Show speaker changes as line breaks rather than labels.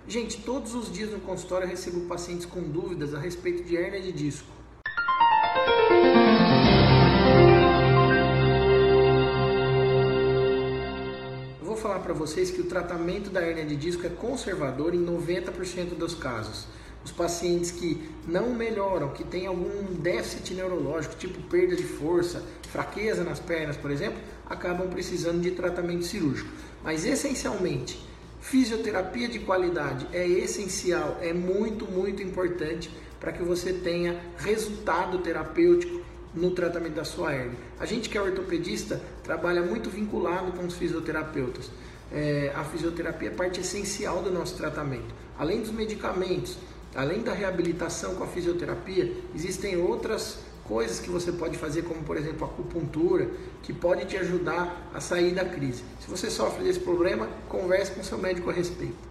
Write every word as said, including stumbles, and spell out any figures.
Gente, todos os dias no consultório eu recebo pacientes com dúvidas a respeito de hérnia de disco. Eu vou falar para vocês que o tratamento da hérnia de disco é conservador em noventa por cento dos casos. Os pacientes que não melhoram, que têm algum déficit neurológico, tipo perda de força, fraqueza nas pernas, por exemplo, acabam precisando de tratamento cirúrgico. Mas essencialmente, fisioterapia de qualidade é essencial, é muito, muito importante para que você tenha resultado terapêutico no tratamento da sua hérnia. A gente que é ortopedista trabalha muito vinculado com os fisioterapeutas. É, a fisioterapia é parte essencial do nosso tratamento. Além dos medicamentos, além da reabilitação com a fisioterapia, existem outras coisas que você pode fazer, como por exemplo a acupuntura, que pode te ajudar a sair da crise. Se você sofre desse problema, converse com seu médico a respeito.